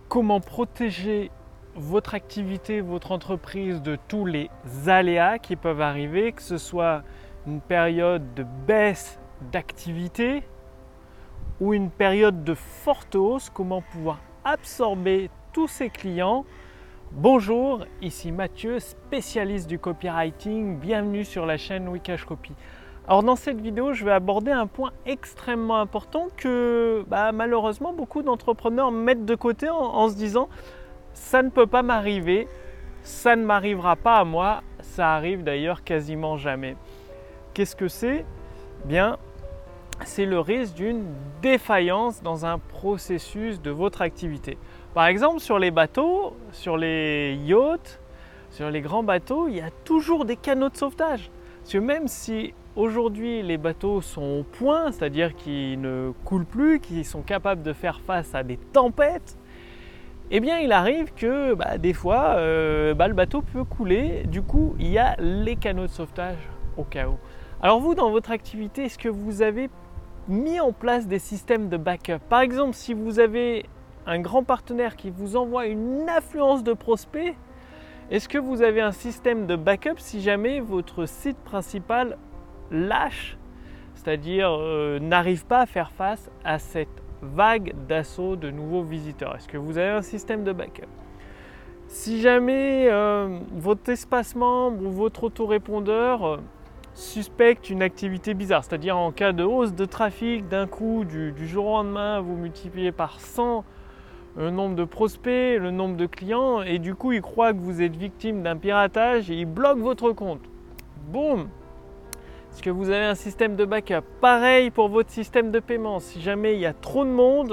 comment protéger votre activité, votre entreprise de tous les aléas qui peuvent arriver, que ce soit une période de baisse d'activité ou une période de forte hausse, comment pouvoir absorber tous ces clients. Bonjour, ici Mathieu, spécialiste du copywriting, bienvenue sur la chaîne Wikash Copy. Alors dans cette vidéo, je vais aborder un point extrêmement important que malheureusement beaucoup d'entrepreneurs mettent de côté en se disant « ça ne peut pas m'arriver, ça ne m'arrivera pas à moi, ça arrive d'ailleurs quasiment jamais ». Qu'est-ce que c'est ? Bien, c'est le risque d'une défaillance dans un processus de votre activité. Par exemple, sur les bateaux, sur les yachts, sur les grands bateaux, il y a toujours des canaux de sauvetage. Parce que même si aujourd'hui les bateaux sont au point, c'est-à-dire qu'ils ne coulent plus, qu'ils sont capables de faire face à des tempêtes, eh bien il arrive que des fois le bateau peut couler. Du coup, il y a les canaux de sauvetage au cas où. Alors vous, dans votre activité, est-ce que vous avez mis en place des systèmes de backup? Par exemple, si vous avez un grand partenaire qui vous envoie une affluence de prospects, est-ce que vous avez un système de backup si jamais votre site principal lâche, c'est-à-dire n'arrive pas à faire face à cette vague d'assaut de nouveaux visiteurs? Est-ce que vous avez un système de backup? Si jamais votre espace membre ou votre autorépondeur suspecte une activité bizarre, c'est-à-dire en cas de hausse de trafic, d'un coup, du jour au lendemain, vous multipliez par 100 le nombre de prospects, le nombre de clients, et du coup, il croit que vous êtes victime d'un piratage et il bloque votre compte. Boum! Est-ce que vous avez un système de backup? Pareil pour votre système de paiement. Si jamais il y a trop de monde,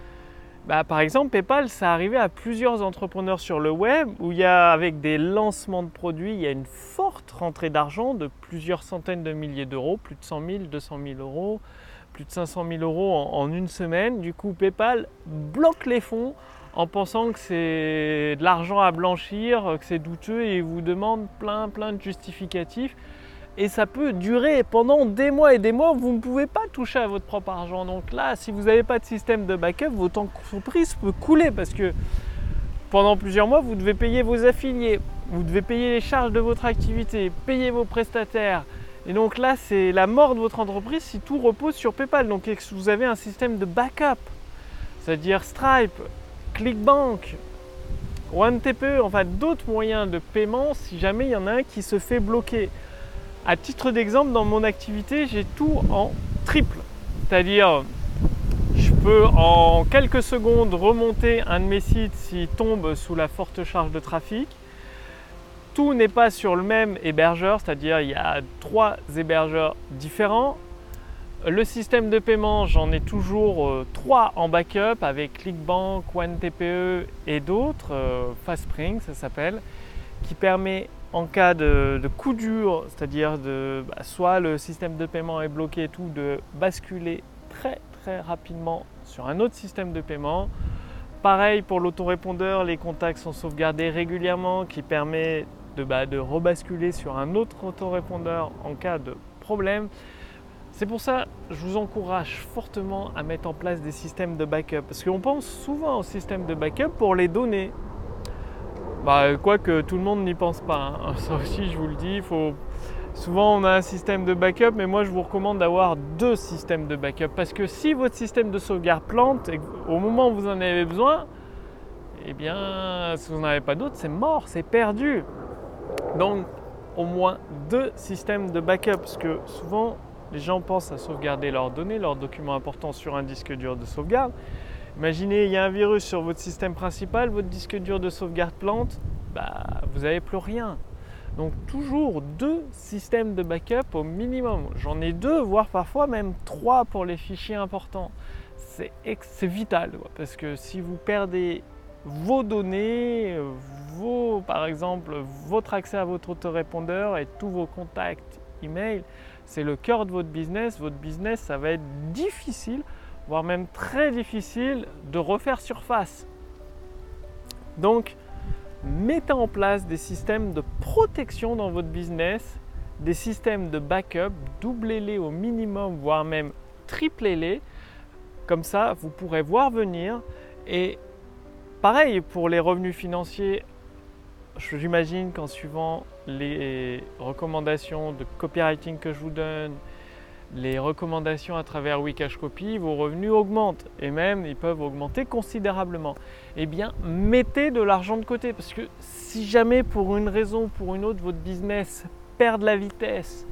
par exemple, PayPal, ça arrivé à plusieurs entrepreneurs sur le web où il y a, avec des lancements de produits, il y a une forte rentrée d'argent de plusieurs centaines de milliers d'euros, plus de 100 000, 200 000 euros, plus de 500 000 euros en une semaine. Du coup, PayPal bloque les fonds en pensant que c'est de l'argent à blanchir, que c'est douteux, et vous demande plein de justificatifs. Et ça peut durer pendant des mois et des mois. Vous ne pouvez pas toucher à votre propre argent. Donc là, si vous n'avez pas de système de backup, votre entreprise peut couler parce que pendant plusieurs mois, vous devez payer vos affiliés, vous devez payer les charges de votre activité, payer vos prestataires. Et donc là, c'est la mort de votre entreprise si tout repose sur PayPal. Donc vous avez un système de backup, c'est-à-dire Stripe, ClickBank, OneTPE, enfin d'autres moyens de paiement si jamais il y en a un qui se fait bloquer. À titre d'exemple, dans mon activité, j'ai tout en triple. C'est-à-dire, je peux en quelques secondes remonter un de mes sites s'il tombe sous la forte charge de trafic. Tout n'est pas sur le même hébergeur, c'est-à-dire il y a 3 hébergeurs différents. Le système de paiement, j'en ai toujours 3 en backup avec ClickBank, OneTPE et d'autres, FastSpring ça s'appelle, qui permet en cas de coup dur, c'est-à-dire soit le système de paiement est bloqué et tout, de basculer très rapidement sur un autre système de paiement. Pareil pour l'autorépondeur, les contacts sont sauvegardés régulièrement, qui permet de rebasculer sur un autre autorépondeur en cas de problème. C'est pour ça que je vous encourage fortement à mettre en place des systèmes de backup, parce qu'on pense souvent au système de backup pour les données. Quoique tout le monde n'y pense pas, hein. Ça aussi je vous le dis, souvent on a un système de backup, mais moi je vous recommande d'avoir 2 systèmes de backup, parce que si votre système de sauvegarde plante et au moment où vous en avez besoin, eh bien si vous n'en avez pas d'autre, c'est mort, c'est perdu. Donc au moins 2 systèmes de backup, parce que souvent les gens pensent à sauvegarder leurs données, leurs documents importants sur un disque dur de sauvegarde. Imaginez, il y a un virus sur votre système principal, votre disque dur de sauvegarde plante, vous n'avez plus rien. Donc toujours 2 systèmes de backup au minimum. J'en ai 2, voire parfois même 3 pour les fichiers importants. C'est vital, parce que si vous perdez vos données, par exemple votre accès à votre autorépondeur et tous vos contacts email, c'est le cœur de votre business. Votre business, ça va être difficile, voire même très difficile de refaire surface. Donc, mettez en place des systèmes de protection dans votre business, des systèmes de backup, doublez-les au minimum, voire même triplez-les. Comme ça, vous pourrez voir venir et pareil pour les revenus financiers, j'imagine qu'en suivant les recommandations de copywriting que je vous donne, les recommandations à travers Wikashcopy, vos revenus augmentent et même ils peuvent augmenter considérablement. Eh bien, mettez de l'argent de côté parce que si jamais pour une raison ou pour une autre votre business perd de la vitesse,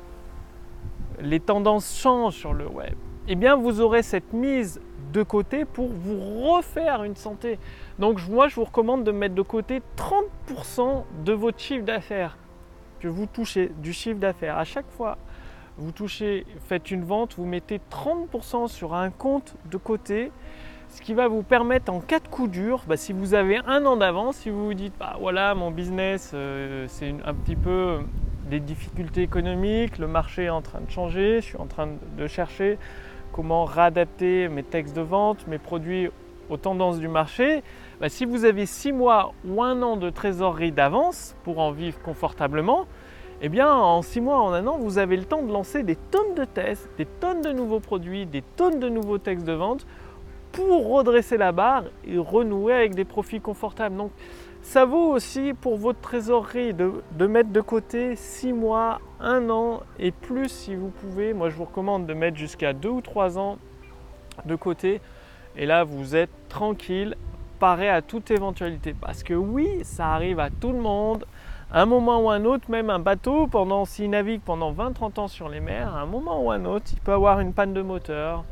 les tendances changent sur le web, eh bien vous aurez cette mise de côté pour vous refaire une santé. Donc moi je vous recommande de mettre de côté 30% de votre chiffre d'affaires que vous touchez, du chiffre d'affaires. À chaque fois vous touchez, faites une vente, vous mettez 30% sur un compte de côté, ce qui va vous permettre en cas de coup dur, si vous avez un an d'avance, si vous vous dites voilà mon business c'est un petit peu des difficultés économiques, le marché est en train de changer, je suis en train de chercher comment réadapter mes textes de vente, mes produits aux tendances du marché. Si vous avez 6 mois ou 1 an de trésorerie d'avance pour en vivre confortablement, eh bien en 6 mois, en 1 an, vous avez le temps de lancer des tonnes de tests, des tonnes de nouveaux produits, des tonnes de nouveaux textes de vente pour redresser la barre et renouer avec des profits confortables. Donc ça vaut aussi pour votre trésorerie de mettre de côté 6 mois, 1 an et plus si vous pouvez. Moi je vous recommande de mettre jusqu'à 2 ou 3 ans de côté et là vous êtes tranquille, paré à toute éventualité. Parce que oui, ça arrive à tout le monde. À un moment ou un autre, même un bateau, s'il navigue pendant 20-30 ans sur les mers, à un moment ou un autre, il peut avoir une panne de moteur,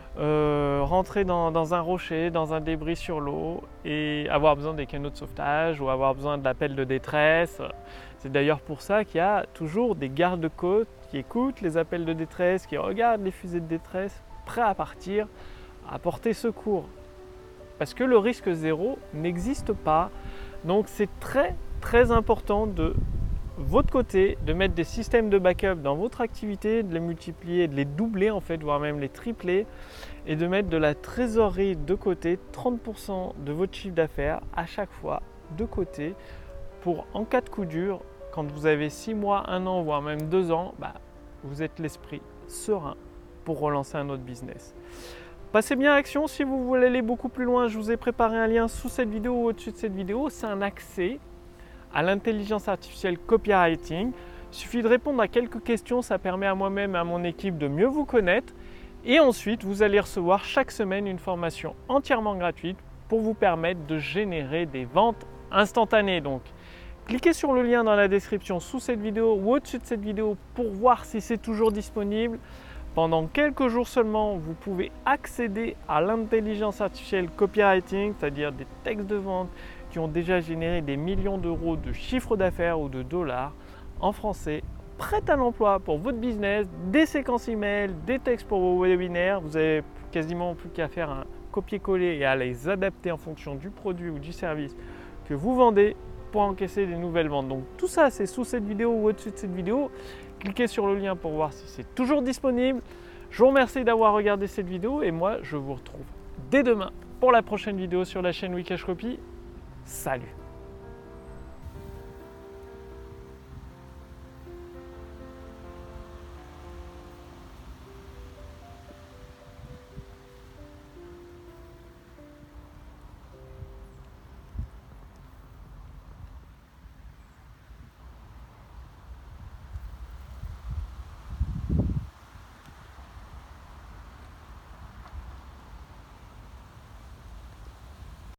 rentrer dans un rocher, dans un débris sur l'eau et avoir besoin des canots de sauvetage ou avoir besoin de l'appel de détresse. C'est d'ailleurs pour ça qu'il y a toujours des gardes-côtes qui écoutent les appels de détresse, qui regardent les fusées de détresse, prêts à partir, à porter secours. Parce que le risque zéro n'existe pas. Donc c'est très important de votre côté de mettre des systèmes de backup dans votre activité, de les multiplier, de les doubler en fait, voire même les tripler et de mettre de la trésorerie de côté, 30% de votre chiffre d'affaires à chaque fois de côté pour en cas de coup dur, quand vous avez 6 mois, 1 an, voire même 2 ans, vous êtes l'esprit serein pour relancer un autre business. Passez bien à l'action. Si vous voulez aller beaucoup plus loin, je vous ai préparé un lien sous cette vidéo ou au-dessus de cette vidéo. C'est un accès à l'intelligence artificielle copywriting. Il suffit de répondre à quelques questions, ça permet à moi-même et à mon équipe de mieux vous connaître. Et ensuite, vous allez recevoir chaque semaine une formation entièrement gratuite pour vous permettre de générer des ventes instantanées. Donc, cliquez sur le lien dans la description sous cette vidéo ou au-dessus de cette vidéo pour voir si c'est toujours disponible. Pendant quelques jours seulement, vous pouvez accéder à l'intelligence artificielle copywriting, c'est-à-dire des textes de vente qui ont déjà généré des millions d'euros de chiffre d'affaires ou de dollars en français, prêts à l'emploi pour votre business, des séquences email, des textes pour vos webinaires. Vous avez quasiment plus qu'à faire un copier-coller et à les adapter en fonction du produit ou du service que vous vendez pour encaisser des nouvelles ventes. Donc tout ça, c'est sous cette vidéo ou au-dessus de cette vidéo. Cliquez sur le lien pour voir si c'est toujours disponible. Je vous remercie d'avoir regardé cette vidéo et moi, je vous retrouve dès demain pour la prochaine vidéo sur la chaîne Wikashcopy. Salut!